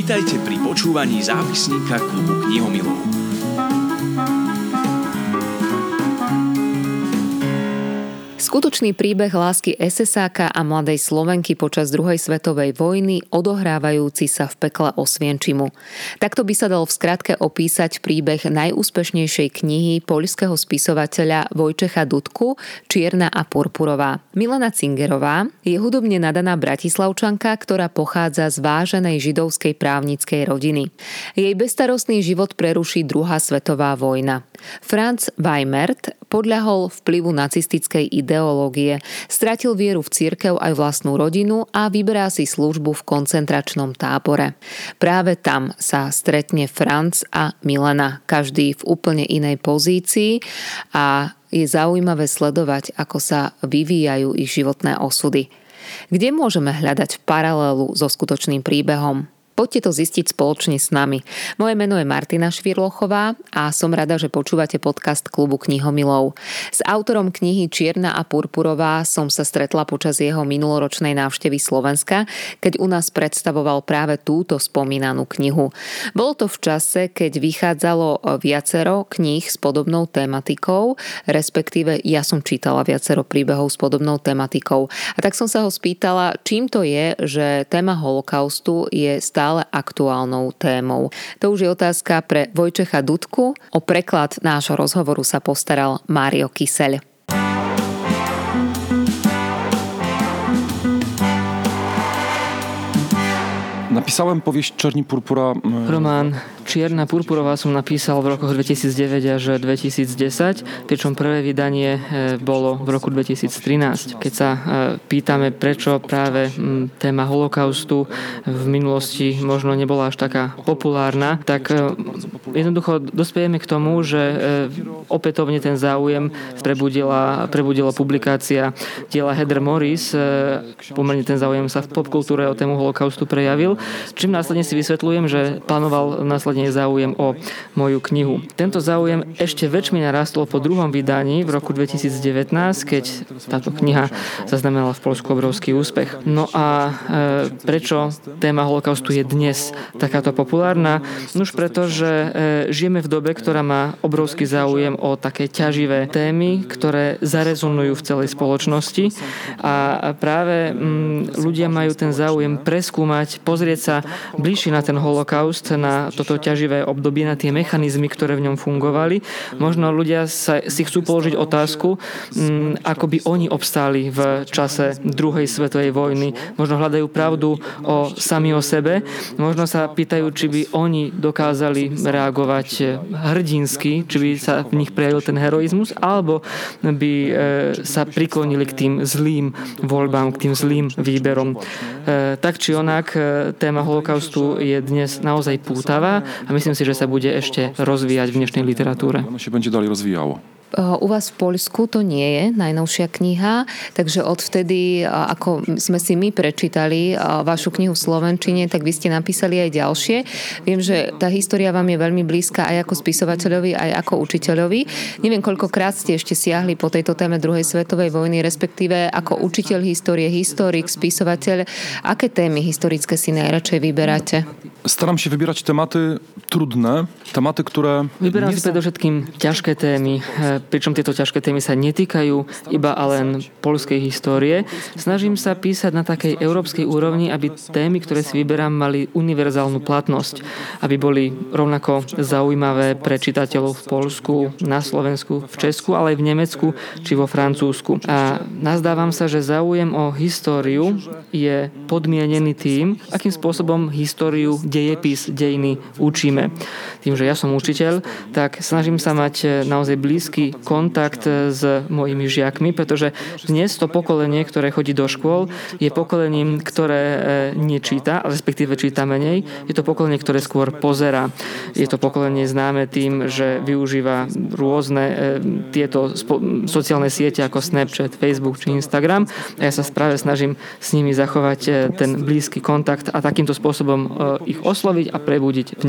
Vitajte pri počúvaní zápisníka Klubu knihomilov. Skutočný príbeh lásky esesáka a mladej Slovenky počas druhej svetovej vojny, odohrávajúci sa v pekle Osvienčimu. Takto by sa dal v skratke opísať príbeh najúspešnejšej knihy poľského spisovateľa Wojciecha Dudku Čierna a purpurová. Milena Cingerová je hudobne nadaná Bratislavčanka, ktorá pochádza z váženej židovskej právnickej rodiny. Jej bezstarostný život preruší druhá svetová vojna. Franz Weimert podľahol vplyvu nacistickej ideológie, stratil vieru v cirkev aj vlastnú rodinu a vyberá si službu v koncentračnom tábore. Práve tam sa stretne Franz a Milena, každý v úplne inej pozícii, a je zaujímavé sledovať, ako sa vyvíjajú ich životné osudy. Kde môžeme hľadať paralelu so skutočným príbehom? Poďte to zistiť spoločne s nami. Moje meno je Martina Švirlochová a som rada, že počúvate podcast Klubu knihomilov. S autorom knihy Čierna a purpurová som sa stretla počas jeho minuloročnej návštevy Slovenska, keď u nás predstavoval práve túto spomínanú knihu. Bolo to v čase, keď vychádzalo viacero kníh s podobnou tematikou, respektíve ja som čítala viacero príbehov s podobnou tematikou. A tak som sa ho spýtala, čím to je, že téma holokaustu je stále aktuálnou témou. To už je otázka pre Wojciecha Dudku. O preklad nášho rozhovoru sa postaral Mário Kyseľ. Napisałem powieść Czerni purpura. Román Čierna purpurová som napísal v rokoch 2009 až 2010, pričom prvé vydanie bolo v roku 2013. Keď sa pýtame, prečo práve téma holokaustu v minulosti možno nebola až taká populárna, tak jednoducho dospejeme k tomu, že opätovne ten záujem prebudila publikácia diela Heather Morris. Pomerne ten záujem sa v popkultúre o tému holokaustu prejavil, čím následne si vysvetľujem, že plánoval následne záujem o moju knihu. Tento záujem ešte väčšmi narastol po druhom vydaní v roku 2019, keď táto kniha zaznamenala v Poľsku obrovský úspech. No a prečo téma holokaustu je dnes takáto populárna? Už preto, že žijeme v dobe, ktorá má obrovský záujem o také ťaživé témy, ktoré zarezonujú v celej spoločnosti, a práve ľudia majú ten záujem preskúmať, pozrieť sa bližšie na ten holokaust, na toto ťaživé obdobie, na tie mechanizmy, ktoré v ňom fungovali. Možno ľudia si chcú položiť otázku, ako by oni obstáli v čase druhej svetovej vojny. Možno hľadajú pravdu sami o sebe. Možno sa pýtajú, či by oni dokázali reagovať hrdinsky, či by sa v nich prejavil ten heroizmus, alebo by sa priklonili k tým zlým voľbám, k tým zlým výberom. Tak či onak, téma holokaustu je dnes naozaj pútavá a myslím si, že sa bude ešte rozvíjať v dnešnej literatúre. Ono sa bude ďalej rozvíjalo. U vás v Poľsku to nie je najnovšia kniha, takže odvtedy, ako sme si my prečítali vašu knihu v slovenčine, tak vy ste napísali aj ďalšie. Viem, že tá história vám je veľmi blízka aj ako spisovateľovi, aj ako učiteľovi. Neviem, koľkokrát ste ešte siahli po tejto téme druhej svetovej vojny, respektíve ako učiteľ histórie, historik, spisovateľ. Aké témy historické si najradšej vyberáte? Staram się wybierać tematy trudne, tematy, które... Vyberám si predovšetkým ťažké témy, pričom tieto ťažké témy sa netýkajú iba a len poľskej histórie. Snažím sa písať na takej európskej úrovni, aby témy, ktoré si vyberám, mali univerzálnu platnosť, aby boli rovnako zaujímavé pre čitateľov v Poľsku, na Slovensku, v Česku, ale aj v Nemecku či vo Francúzsku. A nazdávam sa, že záujem o históriu je podmienený tým, akým spôsobom históriu, dejepis, dejiny učíme. Tým, že ja som učiteľ, tak snažím sa mať naozaj blízky kontakt s mojimi žiakmi, pretože dnes to pokolenie, ktoré chodí do škôl, je pokolením, ktoré nečíta, respektíve číta menej. Je to pokolenie, ktoré skôr pozerá. Je to pokolenie známe tým, že využíva rôzne tieto sociálne siete ako Snapchat, Facebook či Instagram. A ja sa práve snažím s nimi zachovať ten blízky kontakt a takýmto spôsobom ich osloviť a prebudiť v nich záujem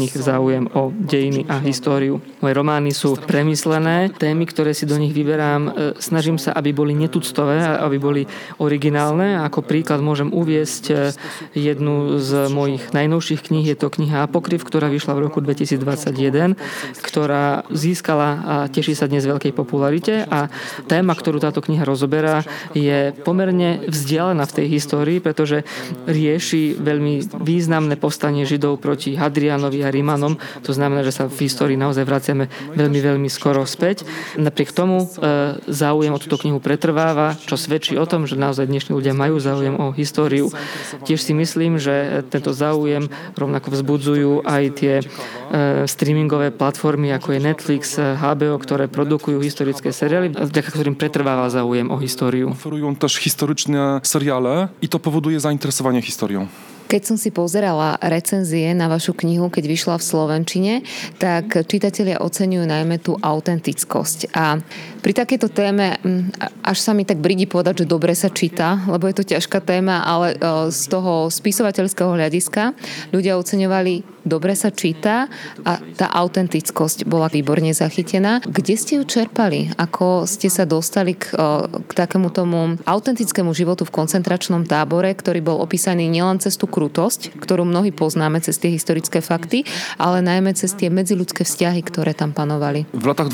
záujem o dejiny a históriu. Moje romány sú premyslené, témy, ktoré si do nich vyberám, snažím sa, aby boli netuctové, aby boli originálne. Ako príklad môžem uviesť jednu z mojich najnovších kníh, je to kniha Apokryf, ktorá vyšla v roku 2021, ktorá získala a teší sa dnes veľkej popularite a téma, ktorú táto kniha rozoberá, je pomerne vzdialená v tej histórii, pretože rieši veľmi významné povstanie Židov proti Hadrianovi a Rimanom. To znamená, že sa v histórii naozaj vraciame veľmi, veľmi skoro späť. Napriek tomu záujem o túto knihu pretrváva, čo svedčí o tom, že naozaj dnešní ľudia majú záujem o históriu. Tiež si myslím, že tento záujem rovnako vzbudzujú aj tie streamingové platformy, ako je Netflix, HBO, ktoré produkujú historické seriály, vďaka ktorým pretrváva záujem o históriu. Oferują też historyczne seriale i to powoduje zainteresowanie historią. Keď som si pozerala recenzie na vašu knihu, keď vyšla v slovenčine, tak čitatelia oceňujú najmä tú autentickosť. A pri takejto téme až sa mi tak bridí povedať, že dobre sa číta, lebo je to ťažká téma, ale z toho spisovateľského hľadiska ľudia oceňovali, dobre sa číta a tá autentickosť bola výborne zachytená. Kde ste ju čerpali? Ako ste sa dostali k takému tomu autentickému životu v koncentračnom tábore, ktorý bol opísaný nielen cez tú krutosť, ktorú mnohí poznáme cez tie historické fakty, ale najmä cez tie medziľudské vzťahy, ktoré tam panovali. W latach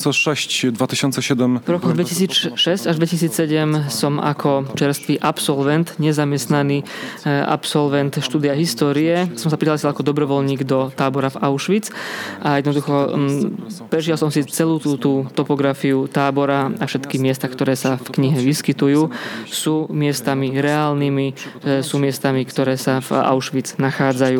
2006-2007 V rokoch 2006 až 2007 som ako čerstvý absolvent, nezamestnaný absolvent štúdia histórie, som sa prihlásil ako dobrovoľník do tábora v Auschwitz a jednoducho prešiel som si celú tú topografiu tábora a všetky miesta, ktoré sa v knihe vyskytujú, sú miestami reálnymi, sú miestami, ktoré sa v Auschwitz nachádzajú.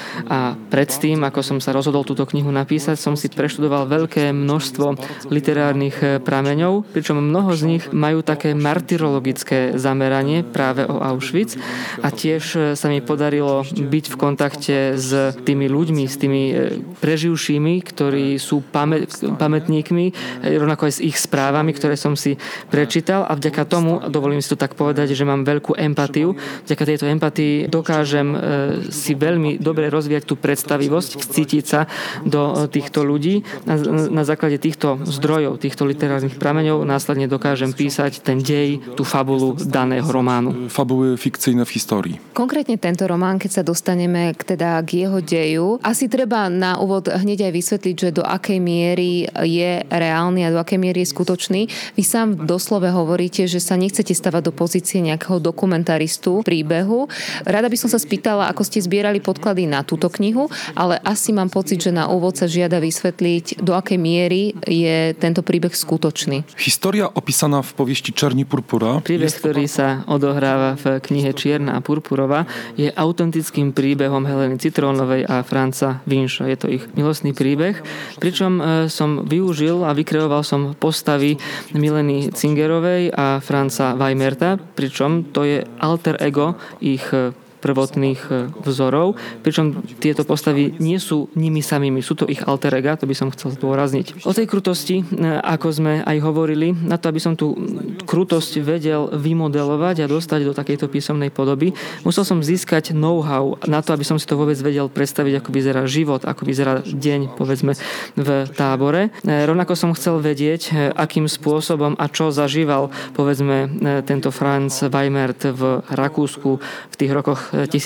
A predtým, ako som sa rozhodol túto knihu napísať, som si preštudoval veľké množstvo literárnych prameňov, pričom mnoho z nich majú také martyrologické zameranie práve o Auschwitz a tiež sa mi podarilo byť v kontakte s tými ľuďmi, s tými preživšími, ktorí sú pamätníkmi, rovnako aj s ich správami, ktoré som si prečítal a vďaka tomu, dovolím si to tak povedať, že mám veľkú empatiu, vďaka tejto empatii dokážem si veľmi dobre rozvíjať tú predstavivosť, vcítiť sa do týchto ľudí. Na základe týchto zdrojov, týchto literárnych prameňov následne dokážem písať ten dej, tú fabulu daného románu. Fabuły fikcyjne v histórii. Konkrétne tento román, keď sa dostaneme k jeho deju, asi treba na úvod hneď aj vysvetliť, že do akej miery je reálny a do akej miery je skutočný. Vy sám doslove hovoríte, že sa nechcete stavať do pozície nejakého dokumentaristu príbehu. Rada by som sa spýtala, ako ste zbierali podklady na túto knihu, ale asi mám pocit, že na úvod sa žiada vysvetliť, do akej miery je tento príbeh skutočný. Historia opisana v powieści Czerni purpura. Príbeh, ktorý sa odohráva v knihe Čierna a purpurová, je autentickým príbehom Heleny Citrónovej a Franza Wincha. Je to ich milostný príbeh, pričom som využil a vykreoval som postavy Mileny Zingerovej a Franza Weimerta, pričom to je alter ego ich prvotných vzorov, pričom tieto postavy nie sú nimi samými, sú to ich alter ega, to by som chcel zdôrazniť. O tej krutosti, ako sme aj hovorili, na to, aby som tú krutosť vedel vymodelovať a dostať do takejto písomnej podoby, musel som získať know-how na to, aby som si to vôbec vedel predstaviť, ako vyzerá život, ako vyzerá deň, povedzme, v tábore. Rovnako som chcel vedieť, akým spôsobom a čo zažíval, povedzme, tento Franz Weimert v Rakúsku v tých rokoch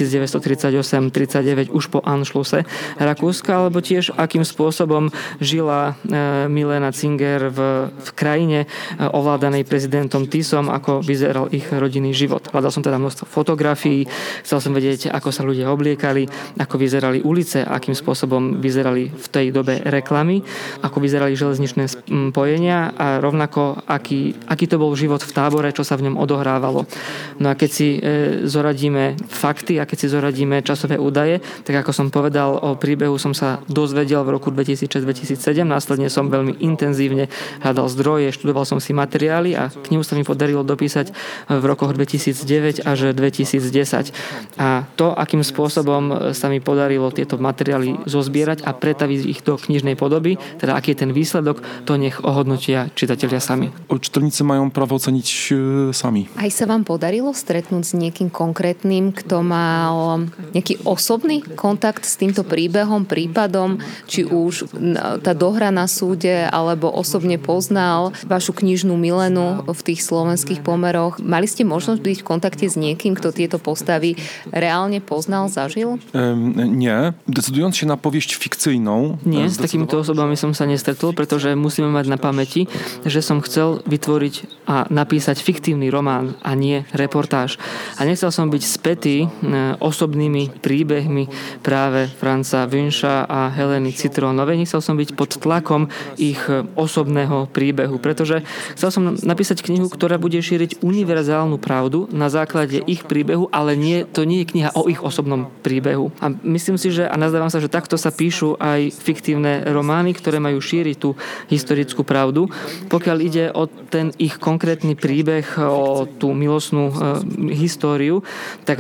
1938-39 už po Anschlusse Rakúska, alebo tiež akým spôsobom žila Milena Zinger v krajine ovládanej prezidentom Tisom, ako vyzeral ich rodinný život. Hľadal som teda množstvo fotografií, chcel som vedieť, ako sa ľudia obliekali, ako vyzerali ulice, akým spôsobom vyzerali v tej dobe reklamy, ako vyzerali železničné spojenia a rovnako aký to bol život v tábore, čo sa v ňom odohrávalo. No a keď si zoradíme fakty a keď si zoradíme časové údaje, tak ako som povedal, o príbehu som sa dozvedel v roku 2006-2007, následne som veľmi intenzívne hľadal zdroje, študoval som si materiály a knihu sa mi podarilo dopísať v rokoch 2009 až 2010. A to, akým spôsobom sa mi podarilo tieto materiály zozbierať a pretaviť ich do knižnej podoby, teda aký je ten výsledok, to nech ohodnotia čitatelia sami. Czytelnicy mają prawo ocenić sami. Aj sa vám podarilo stretnúť s niekým konkrétnym, kto kto mal nejaký osobný kontakt s týmto príbehom, prípadom, či už tá dohra na súde, alebo osobne poznal vašu knižnú Milenu v tých slovenských pomeroch. Mali ste možnosť byť v kontakte s niekým, kto tieto postavy reálne poznal, zažil? Nie. Decydując się na powieść fikcyjną... Nie, s takýmito osobami som sa nestretol, pretože musíme mať na pamäti, že som chcel vytvoriť a napísať fiktívny román a nie reportáž. A nechcel som byť spätý osobnými príbehmi práve Franza Wünscha a Heleny Citrónovej. Nechcel som byť pod tlakom ich osobného príbehu, pretože chcel som napísať knihu, ktorá bude šíriť univerzálnu pravdu na základe ich príbehu, ale to nie je kniha o ich osobnom príbehu. A myslím si, že, a nazdávam sa, že takto sa píšu aj fiktívne romány, ktoré majú šíriť tú historickú pravdu. Pokiaľ ide o ten ich konkrétny príbeh, o tú milostnú históriu, tak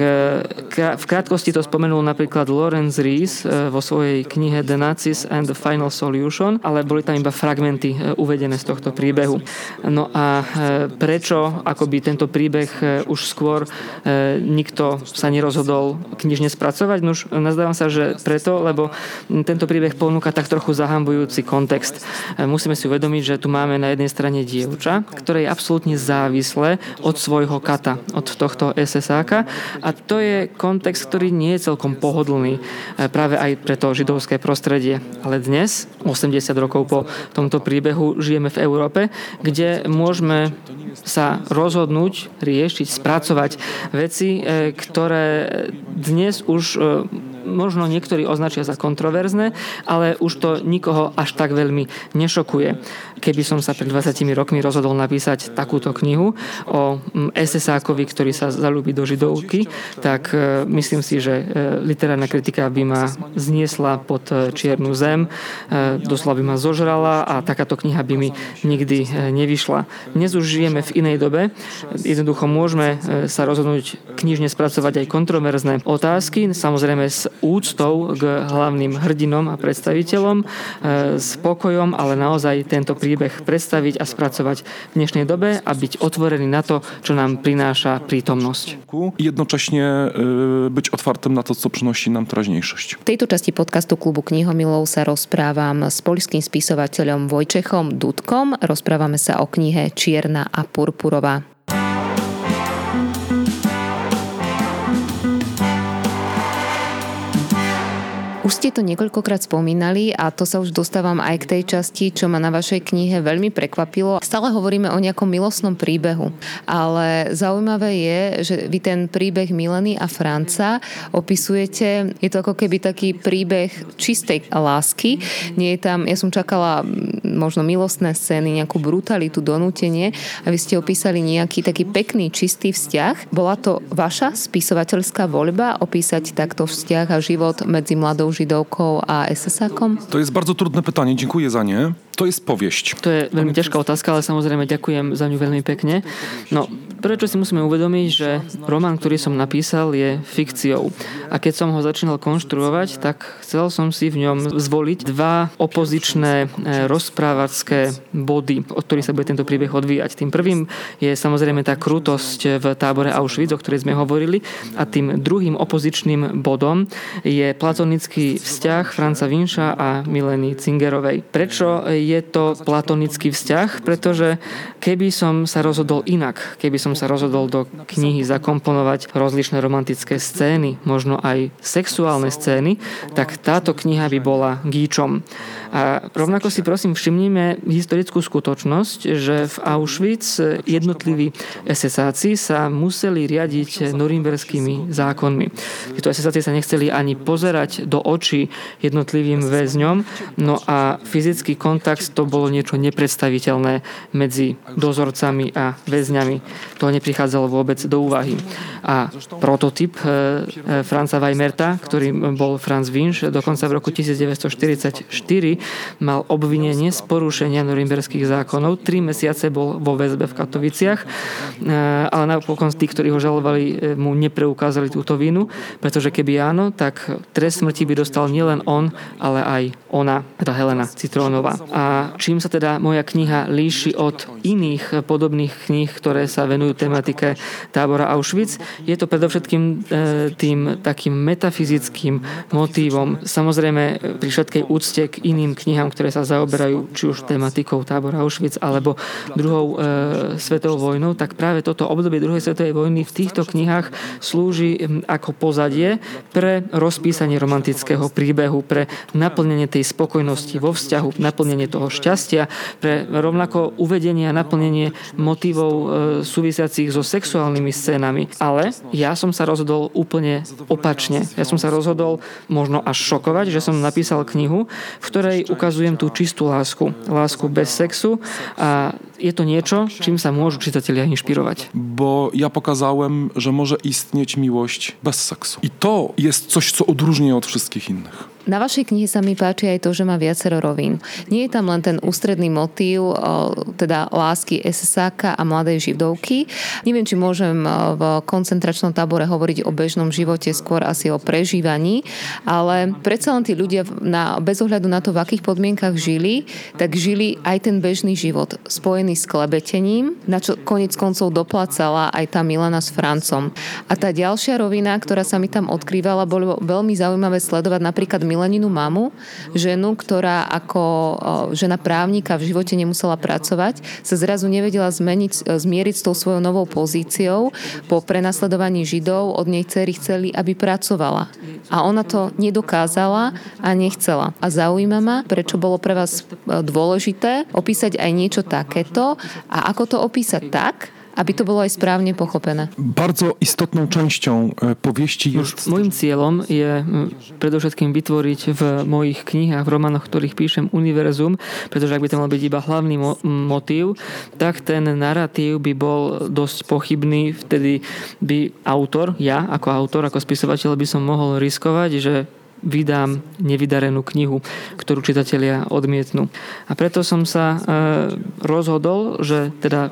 v krátkosti to spomenul napríklad Lawrence Rees vo svojej knihe The Nazis and the Final Solution, ale boli tam iba fragmenty uvedené z tohto príbehu. No a prečo akoby tento príbeh už skôr nikto sa nerozhodol knižne spracovať? No už nazdávam sa, že preto, lebo tento príbeh ponúka tak trochu zahambujúci kontext. Musíme si uvedomiť, že tu máme na jednej strane dievča, ktoré je absolútne závislé od svojho kata, od tohto SS-áka, a to je kontext, ktorý nie je celkom pohodlný práve aj pre to židovské prostredie. Ale dnes, 80 rokov po tomto príbehu, žijeme v Európe, kde môžeme sa rozhodnúť, riešiť, spracovať veci, ktoré dnes už možno niektorí označia za kontroverzné, ale už to nikoho až tak veľmi nešokuje. Keby som sa pred 20 rokmi rozhodol napísať takúto knihu o SS-ákovi, ktorý sa zaľúbi do židovky, tak myslím si, že literárna kritika by ma zniesla pod čiernu zem, doslova by ma zožrala a takáto kniha by mi nikdy nevyšla. Dnes už žijeme v inej dobe. Jednoducho môžeme sa rozhodnúť knižne spracovať aj kontroverzné otázky, samozrejme s úctou k hlavným hrdinom a predstaviteľom, s pokojom, ale naozaj tento príbeh predstaviť a spracovať v dnešnej dobe a byť otvorený na to, čo nám prináša prítomnosť. Jednocześnie być otwartym na to, co przynosi nam teraźniejszość. V tejto časti podcastu Klubu knihomilov sa rozprávam s poľským spisovateľom Wojciechom Dudkom. Rozprávame sa o knihe Čierna a purpurová. Už ste to niekoľkokrát spomínali a to sa už dostávam aj k tej časti, čo ma na vašej knihe veľmi prekvapilo. Stále hovoríme o nejakom milostnom príbehu, ale zaujímavé je, že vy ten príbeh Mileny a Franza opisujete, je to ako keby taký príbeh čistej lásky. Nie je tam, ja som čakala možno milostné scény, nejakú brutalitu, donútenie a vy ste opísali nejaký taký pekný, čistý vzťah. Bola to vaša spisovateľská voľba opísať takto vzťah a život medzi mladou Židovkou a SS-ákom? To jest bardzo trudne pytanie, dziękuję za nie. To jest powieść. To je veľmi ťažká otázka, ale samozrejme ďakujem za ňu veľmi pekne. No, prečo si musíme uvedomiť, že román, ktorý som napísal, je fikciou. A keď som ho začínal konštruovať, tak chcel som si v ňom zvoliť dva opozičné rozprávačské body, od ktorých sa bude tento príbeh odvíjať. Tým prvým je samozrejme tá krutosť v tábore Auschwitz, o ktorej sme hovorili, a tým druhým opozičným bodom je platonický vzťah Franza Wünscha a Mileny Zingerovej. Prečo je to platonický vzťah? Pretože keby som sa rozhodol inak, keby som sa rozhodol do knihy zakomponovať rozličné romantické scény, možno aj sexuálne scény, tak táto kniha by bola gíčom. A rovnako si prosím všimnime historickú skutočnosť, že v Auschwitz jednotliví SS-áci sa museli riadiť norimberskými zákonmi. Títo SS-áci sa nechceli ani pozerať do očí jednotlivým väzňom, no a fyzický kontakt to bolo niečo nepredstaviteľné medzi dozorcami a väzňami. To neprichádzalo vôbec do úvahy. A prototyp Franza Weimerta, ktorým bol Franz Wünsch, dokonca v roku 1944 mal obvinenie z porušenia norimberských zákonov. 3 mesiace bol vo väzbe v Katoviciach, ale napokon tí, ktorí ho žalovali, mu nepreukázali túto vinu, pretože keby áno, tak trest smrti by dostal nielen on, ale aj ona, tá Helena Citrónová. A A čím sa teda moja kniha líši od iných podobných kníh, ktoré sa venujú tematike tábora Auschwitz, je to predovšetkým tým takým metafyzickým motívom. Samozrejme pri všetkej úcte k iným knihám, ktoré sa zaoberajú či už tematikou tábora Auschwitz alebo druhou svetovou vojnou, tak práve toto obdobie druhej svetovej vojny v týchto knihách slúži ako pozadie pre rozpísanie romantického príbehu, pre naplnenie tej spokojnosti vo vzťahu, naplnenie toho šťastia, pre rovnako uvedenie a naplnenie motívov súvisiacich so sexuálnymi scénami. Ale ja som sa rozhodol úplne opačne. Ja som sa rozhodol možno až šokovať, že som napísal knihu, v ktorej ukazujem tú čistú lásku. Lásku bez sexu a je to niečo, čím sa môžu čitatelia inšpirować. Bo ja pokazałem, że może istnieć miłość bez seksu. I to jest coś, co odróżnia od wszystkich innych. Na vašej knihe sa mi páči aj to, že má viacero rovín. Nie je tam len ten ústredný motív, teda lásky SSáka a mladej židovky. Neviem, či môžem v koncentračnom tábore hovoriť o bežnom živote, skôr asi o prežívaní, ale predsa len tí ľudia bez ohľadu na to, v akých podmienkach žili, tak žili aj ten bežný život spojený s klebetením, na čo koniec koncov doplácala aj tá Milena s Francom. A tá ďalšia rovina, ktorá sa mi tam odkrývala, bolo veľmi zaujímavé sledovať napríklad Mileninu mamu, ženu, ktorá ako žena právnika v živote nemusela pracovať, sa zrazu nevedela zmieriť s tou svojou novou pozíciou. Po prenasledovaní Židov od nej dcery chceli, aby pracovala. A ona to nedokázala a nechcela. A zaujíma ma, prečo bolo pre vás dôležité opísať aj niečo takéto a ako to opísať tak, aby to bolo aj správne pochopené. Bardzo istotną częścią powieści jest... Mojím cieľom je predovšetkým vytvoriť v mojich knihách, v románoch, ktorých píšem, univerzum, pretože ak by to mal byť iba hlavný motív, tak ten narratív by bol dosť pochybný. Vtedy by autor, ja ako autor, ako spisovateľ by som mohol riskovať, že vydám nevydarenú knihu, ktorú čitatelia odmietnú. A preto som sa rozhodol, že teda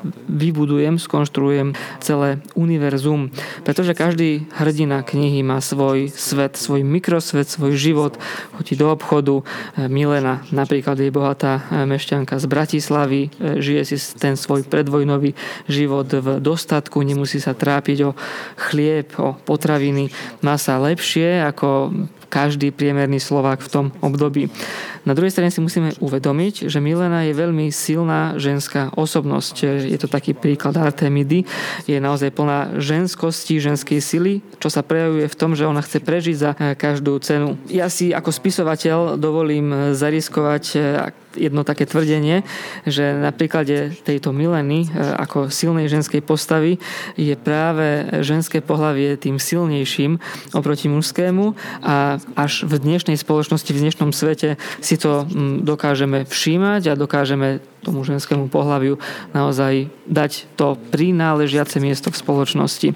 skonštruujem celé univerzum. Pretože každý hrdina knihy má svoj svet, svoj mikrosvet, svoj život. Chodí do obchodu. Milena napríklad je bohatá mešťanka z Bratislavy. Žije si ten svoj predvojnový život v dostatku. Nemusí sa trápiť o chlieb, o potraviny. Má sa lepšie ako každý priemerný Slovák v tom období. Na druhej strane si musíme uvedomiť, že Milena je veľmi silná ženská osobnosť. Je to taký príklad Artemidy. Je naozaj plná ženskosti, ženskej sily, čo sa prejavuje v tom, že ona chce prežiť za každú cenu. Ja si ako spisovateľ dovolím zariskovať jedno také tvrdenie, že na príklade tejto Mileny ako silnej ženskej postavy je práve ženské pohlavie tým silnejším oproti mužskému a až v dnešnej spoločnosti, v dnešnom svete si to dokážeme všímať a dokážeme tomu ženskému pohlaviu naozaj dať to prináležiace miesto v spoločnosti.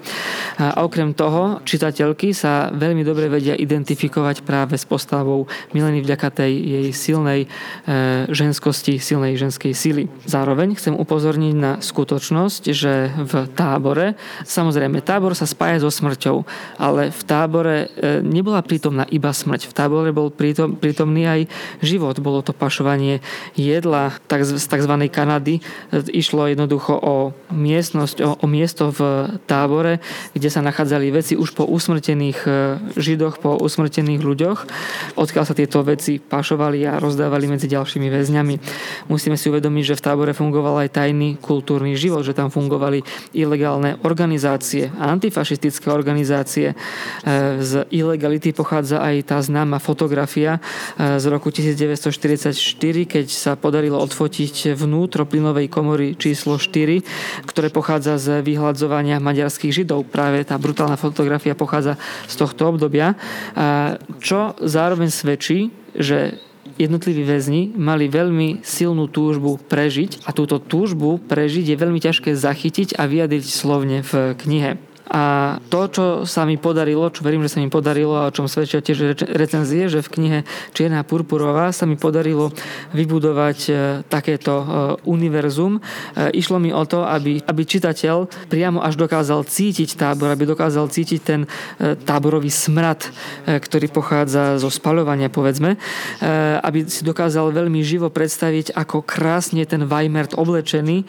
A okrem toho, čitateľky sa veľmi dobre vedia identifikovať práve s postavou Mileny vďaka tej jej silnej ženskosti, silnej ženskej sily. Zároveň chcem upozorniť na skutočnosť, že v tábore, samozrejme, tábor sa spája so smrťou, ale v tábore nebola prítomná iba smrť. V tábore bol prítomný aj život. Bolo to pašovanie jedla, z tzv. Kanady. Išlo jednoducho o miestnosť, o miesto v tábore, kde sa nachádzali veci už po usmrtených Židoch, po usmrtených ľuďoch, odkiaľ sa tieto veci pašovali a rozdávali medzi ďalšími väzňami. Musíme si uvedomiť, že v tábore fungoval aj tajný kultúrny život, že tam fungovali ilegálne organizácie, antifašistické organizácie. Z ilegality pochádza aj tá známa fotografia z roku 1944, keď sa podarilo odfotiť vnútro plynovej komory číslo 4, ktoré pochádza z vyhľadzovania maďarských Židov. Práve tá brutálna fotografia pochádza z tohto obdobia, čo zároveň svedčí, že jednotliví väzni mali veľmi silnú túžbu prežiť a túto túžbu prežiť je veľmi ťažké zachytiť a vyjadriť slovne v knihe. A to, čo sa mi podarilo, čo verím, že sa mi podarilo a o čom svedčia tiež recenzie, že v knihe Čierna purpurová sa mi podarilo vybudovať takéto univerzum. Išlo mi o to, aby čitateľ priamo až dokázal cítiť tábor, aby dokázal cítiť ten táborový smrad, ktorý pochádza zo spaľovania, povedzme, aby si dokázal veľmi živo predstaviť, ako krásne ten Weimert oblečený,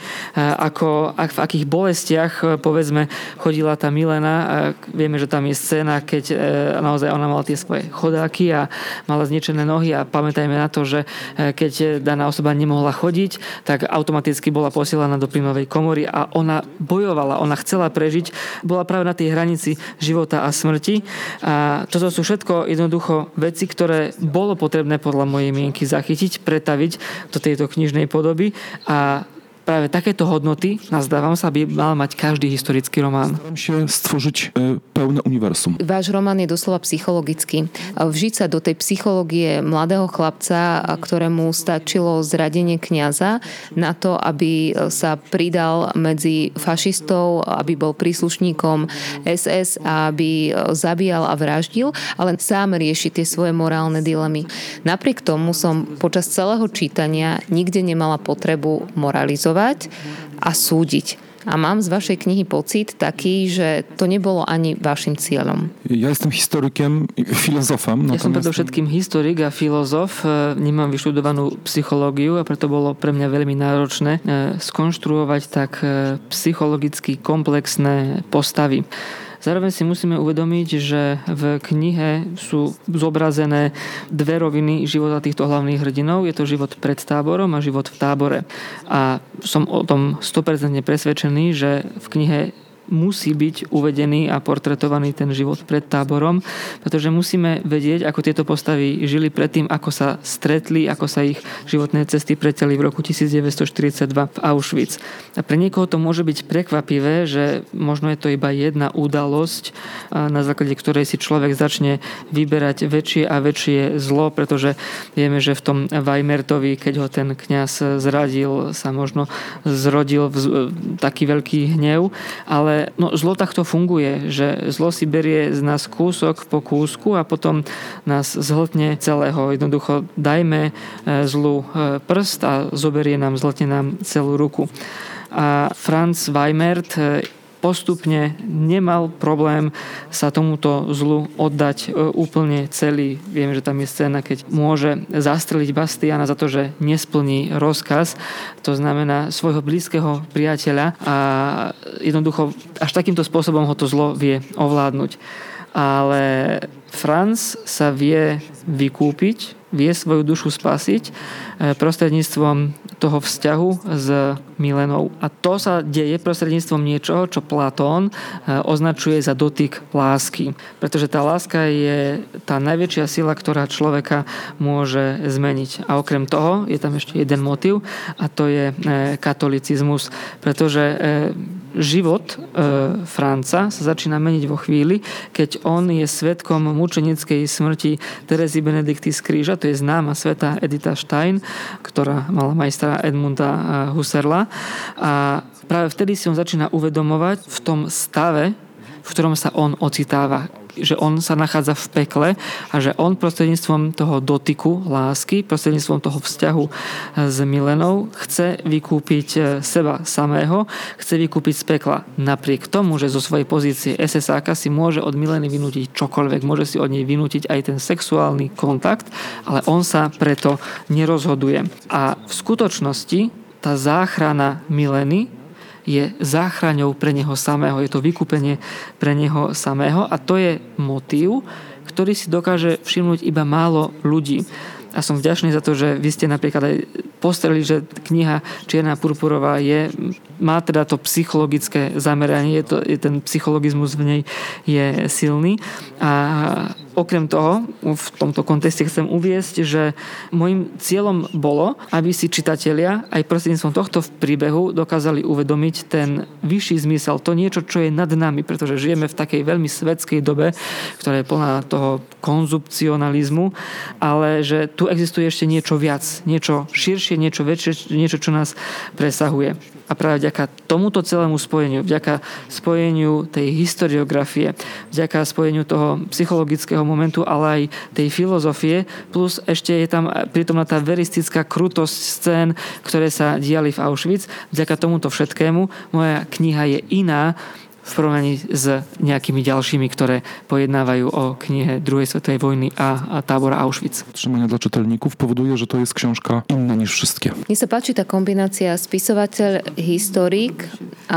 v akých bolestiach, povedzme, chodila tá Milena. Vieme, že tam je scéna, keď naozaj ona mala tie svoje chodáky a mala zničené nohy a pamätajme na to, že keď daná osoba nemohla chodiť, tak automaticky bola posielaná do plynovej komory a ona bojovala, ona chcela prežiť, bola práve na tej hranici života a smrti. A toto sú všetko jednoducho veci, ktoré bolo potrebné podľa mojej mienky zachytiť, pretaviť do tejto knižnej podoby a práve takéto hodnoty, nazdávam sa, by mal mať každý historický román. Staram się stworzyć pełne uniwersum. Váš román je doslova psychologický. Vžiť sa do tej psychológie mladého chlapca, ktorému stačilo zradenie kňaza na to, aby sa pridal medzi fašistov, aby bol príslušníkom SS a aby zabíjal a vraždil, ale sám rieši tie svoje morálne dilemy. Napriek tomu som počas celého čítania nikde nemala potrebu moralizovať a súdiť. A mám z vašej knihy pocit taký, že to nebolo ani vašim cieľom. Ja jestem historykiem, filozofem. Ja som predovšetkým historik a filozof. Nemám vyštudovanú psychológiu a preto bolo pre mňa veľmi náročné skonštruovať tak psychologicky komplexné postavy. Zároveň si musíme uvedomiť, že v knihe sú zobrazené dve roviny života týchto hlavných hrdinov. Je to život pred táborom a život v tábore. A som o tom 100% presvedčený, že v knihe musí byť uvedený a portretovaný ten život pred táborom, pretože musíme vedieť, ako tieto postavy žili predtým, ako sa stretli, ako sa ich životné cesty preteli v roku 1942 v Auschwitz. A pre niekoho to môže byť prekvapivé, že možno je to iba jedna udalosť, na základe ktorej si človek začne vyberať väčšie a väčšie zlo, pretože vieme, že v tom Weimertovi, keď ho ten kňaz zradil, sa možno zrodil taký veľký hnev, ale zlo takto funguje, že zlo si berie z nás kúsok po kúsku a potom nás zhltne celého. Jednoducho dajme zlu prst a zoberie nám, zhltne nám celú ruku. A Franz Weimert postupne nemal problém sa tomuto zlu oddať úplne celý. Viem, že tam je scéna, keď môže zastreliť Bastiana za to, že nesplní rozkaz. To znamená svojho blízkeho priateľa a jednoducho až takýmto spôsobom ho to zlo vie ovládnuť. Ale Franz sa vie vykúpiť, vie svoju dušu spasiť prostredníctvom toho vzťahu s Milenou. A to sa deje prostredníctvom niečoho, čo Platón označuje za dotyk lásky. Pretože tá láska je tá najväčšia sila, ktorá človeka môže zmeniť. A okrem toho je tam ešte jeden motiv a to je katolicizmus. Pretože život Franca sa začína meniť vo chvíli, keď on je svedkom mučenickej smrti Terezy Benedikty z kríža. To je známa svätá Edita Stein, ktorá mala majstra Edmunda Husserla. A práve vtedy si on začína uvedomovať v tom stave, v ktorom sa on ocitáva, že on sa nachádza v pekle a že on prostredníctvom toho dotyku lásky, prostredníctvom toho vzťahu s Milenou chce vykúpiť seba samého, chce vykúpiť z pekla. Napriek tomu, že zo svojej pozície SS-áka si môže od Mileny vynútiť čokoľvek, môže si od nej vynútiť aj ten sexuálny kontakt, ale on sa preto nerozhoduje. A v skutočnosti tá záchrana Mileny je záchraňou pre neho samého, je to vykúpenie pre neho samého a to je motív, ktorý si dokáže všimnúť iba málo ľudí. A som vďačný za to, že vy ste napríklad aj postreli, že kniha Čierna purpurová má teda to psychologické zameranie, ten psychologizmus v nej je silný. A okrem toho, v tomto kontexte chcem uviesť, že môjim cieľom bolo, aby si čitatelia aj prostredníctvom tohto príbehu dokázali uvedomiť ten vyšší zmysel, to niečo, čo je nad nami, pretože žijeme v takej veľmi svetskej dobe, ktorá je plná toho konzupcionalizmu, ale že tu existuje ešte niečo viac, niečo širšie, ďalšie, niečo väčšie, niečo, čo nás presahuje. A práve vďaka tomuto celému spojeniu, vďaka spojeniu tej historiografie, vďaka spojeniu toho psychologického momentu, ale aj tej filozofie, plus ešte je tam pritomná tá veristická krutosť scén, ktoré sa diali v Auschwitz. Vďaka tomuto všetkému moja kniha je iná v porovnaní s nejakými ďalšími, ktoré pojednávajú o knihe druhej svetovej vojny a tábora Auschwitz. Trzymania dla czytelników powoduje, że to jest książka inna niż wszystkie. Mne sa páči tá kombinácia spisovateľ, historik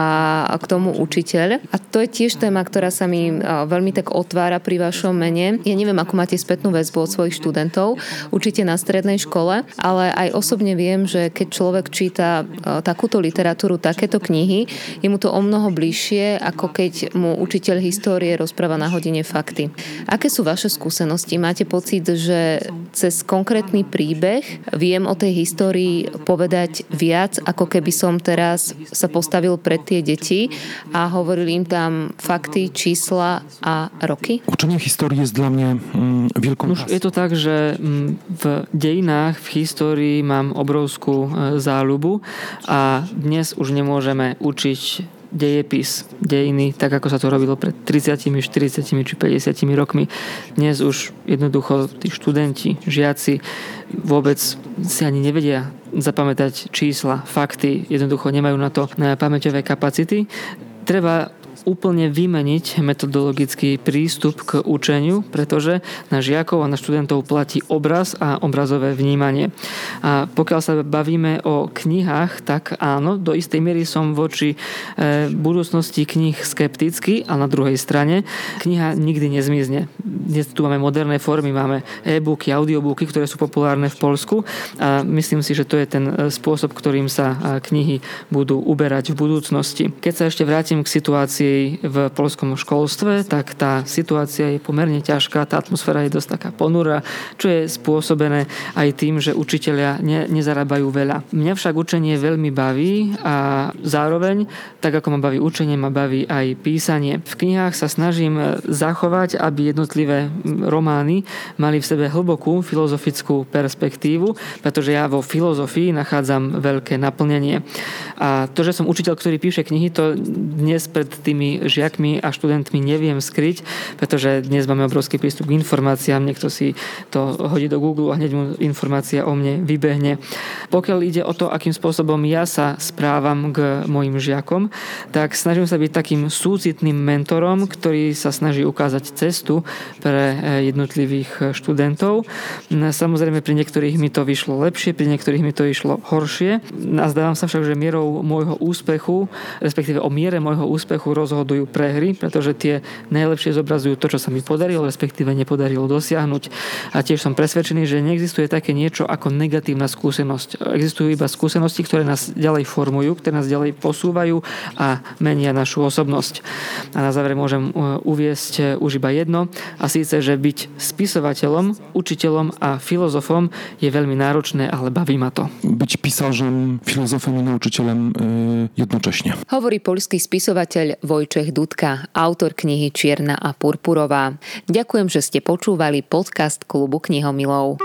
a k tomu učiteľ. A to je tiež téma, ktorá sa mi veľmi tak otvára pri vašom mene. Ja neviem, ako máte spätnú väzbu od svojich študentov. Učíte na strednej škole, ale aj osobne viem, že keď človek číta takúto literatúru, takéto knihy, je mu to o mnoho bližšie, ako keď mu učiteľ histórie rozpráva na hodine fakty. Aké sú vaše skúsenosti? Máte pocit, že cez konkrétny príbeh viem o tej histórii povedať viac, ako keby som teraz sa postavil pred tie deti a hovoril im tam fakty, čísla a roky? Uczenie historii jest dla mnie wielką pasją. Je to tak, že v dejinách, v histórii mám obrovskú záľubu a dnes už nemôžeme učiť dejepis, dejiny, tak ako sa to robilo pred 30, 40 či 50 rokmi. Dnes už jednoducho tí študenti, žiaci vôbec si ani nevedia zapamätať čísla, fakty, jednoducho nemajú na to pamäťové kapacity. Treba úplne vymeniť metodologický prístup k učeniu, pretože na žiakov a na študentov platí obraz a obrazové vnímanie. A pokiaľ sa bavíme o knihách, tak áno, do istej miery som voči budúcnosti kníh skeptický, a na druhej strane kniha nikdy nezmizne. Dnes tu máme moderné formy, máme e-booky, audiobooky, ktoré sú populárne v Poľsku a myslím si, že to je ten spôsob, ktorým sa knihy budú uberať v budúcnosti. Keď sa ešte vrátim k situácii v poľskom školstve, tak tá situácia je pomerne ťažká, tá atmosféra je dosť taká ponurá, čo je spôsobené aj tým, že učitelia nezarábajú veľa. Mňa však učenie veľmi baví a zároveň, tak ako ma baví učenie, ma baví aj písanie. V knihách sa snažím zachovať, aby jednotlivé romány mali v sebe hlbokú filozofickú perspektívu, pretože ja vo filozofii nachádzam veľké naplnenie. A to, že som učiteľ, ktorý píše knihy, to dnes pred tými žiakmi a študentmi neviem skryť, pretože dnes máme obrovský prístup k informáciám, niekto si to hodí do Google a hneď mu informácia o mne vybehne. Pokiaľ ide o to, akým spôsobom ja sa správam k mojim žiakom, tak snažím sa byť takým súcitným mentorom, ktorý sa snaží ukázať cestu pre jednotlivých študentov. Samozrejme, pri niektorých mi to vyšlo lepšie, pri niektorých mi to išlo horšie. Nazdávam sa však, že mierou môjho úspechu, respektíve o miere môjho úspechu rozhodujú prehry, pretože tie najlepšie zobrazujú to, čo sa mi podarilo, respektíve nepodarilo dosiahnuť. A tiež som presvedčený, že neexistuje také niečo ako negatívna skúsenosť. Existujú iba skúsenosti, ktoré nás ďalej formujú, ktoré nás ďalej posúvajú a menia našu osobnosť. A na záver môžem uviesť už iba jedno, a síce, že byť spisovateľom, učiteľom a filozofom je veľmi náročné, ale baví ma to. Byť písarzem, filozofem i nauczycielem jednocześnie. Hovorí poľský spisovateľ Wojciech Dudka, autor knihy Čierna a purpurová. Ďakujem, že ste počúvali podcast Klubu knihomilov.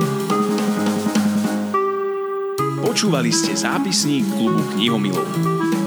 Počúvali ste zápisník Klubu knihomilov.